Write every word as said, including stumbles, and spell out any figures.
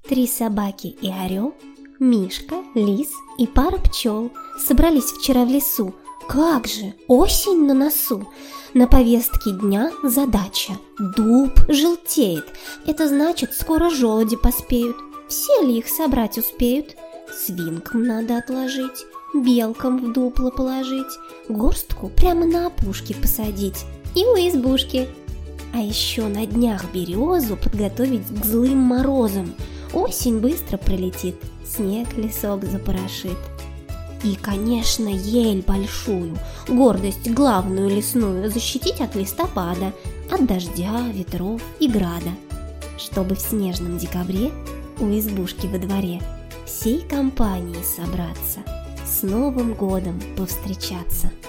Три собаки и орел, Мишка, лис и пара пчел собрались вчера в лесу. Как же, осень на носу. На повестке дня задача. Дуб желтеет. Это значит, скоро желуди поспеют. Все ли их собрать успеют? Свинкам надо отложить, белкам в дупло положить, горстку прямо на опушке посадить и у избушки. А еще на днях березу подготовить к злым морозам. Осень быстро пролетит, снег лесок запорошит. И, конечно, ель большую, гордость главную лесную, защитить от листопада, от дождя, ветров и града, чтобы в снежном декабре у избушки во дворе всей компанией собраться, с Новым годом повстречаться.